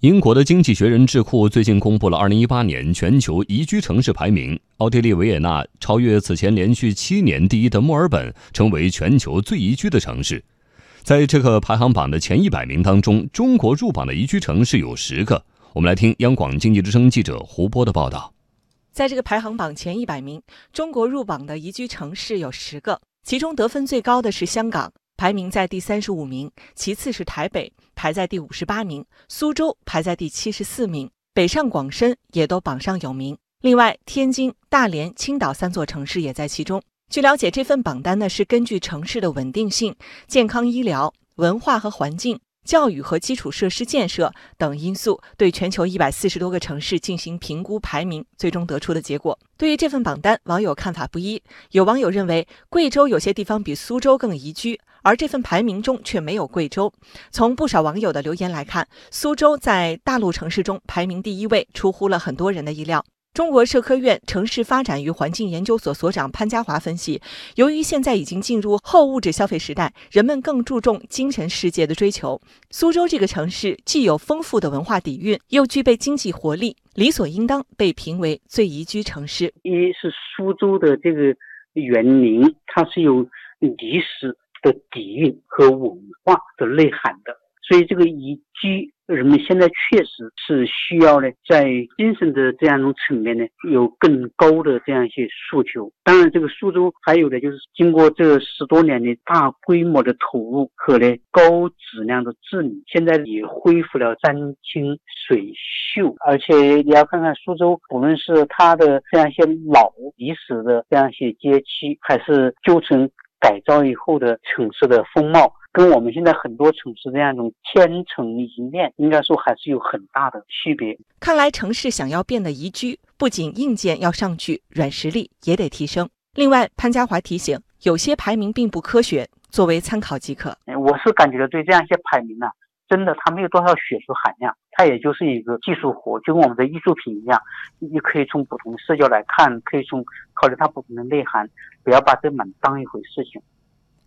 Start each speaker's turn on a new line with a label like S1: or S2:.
S1: 英国的经济学人智库最近公布了2018年全球宜居城市排名，奥地利维也纳超越此前连续7年第一的墨尔本，成为全球最宜居的城市。在这个排行榜的前100名当中，中国入榜的宜居城市有10个。我们来听央广经济之声记者胡波的报道。
S2: 在这个排行榜前100名，中国入榜的宜居城市有10个，其中得分最高的是香港，排名在第35名，其次是台北，排在第58名，苏州排在第74名，北上广深也都榜上有名。另外，天津、大连、青岛3座城市也在其中。据了解，这份榜单呢是根据城市的稳定性、健康医疗、文化和环境、教育和基础设施建设等因素，对全球140多个城市进行评估排名，最终得出的结果。对于这份榜单，网友看法不一。有网友认为，贵州有些地方比苏州更宜居，而这份排名中却没有贵州。从不少网友的留言来看，苏州在大陆城市中排名第1位，出乎了很多人的意料。中国社科院城市发展与环境研究所所长潘家华分析，由于现在已经进入后物质消费时代，人们更注重精神世界的追求。苏州这个城市既有丰富的文化底蕴，又具备经济活力，理所应当被评为最宜居城市。
S3: 一是苏州的这个园林，它是有历史的底蕴和文化的内涵的，所以这个宜居人们现在确实是需要呢，在精神的这样一种层面呢，有更高的这样一些诉求。当然，这个苏州还有的就是经过这10多年的大规模的投入和呢高质量的治理，现在也恢复了山清水秀。而且你要看看苏州，不论是它的这样一些老历史的这样一些街区，还是旧城改造以后的城市的风貌，跟我们现在很多城市这样一种千城一面，应该说还是有很大的区别。
S2: 看来城市想要变得宜居，不仅硬件要上去，软实力也得提升。另外，潘家华提醒，有些排名并不科学，作为参考即可。
S3: 我是感觉到对这样一些排名呢，真的它没有多少学术含量，它也就是一个技术活，就跟我们的艺术品一样，你可以从不同视角来看，可以从考虑它不同的内涵，不要把这当一回事情。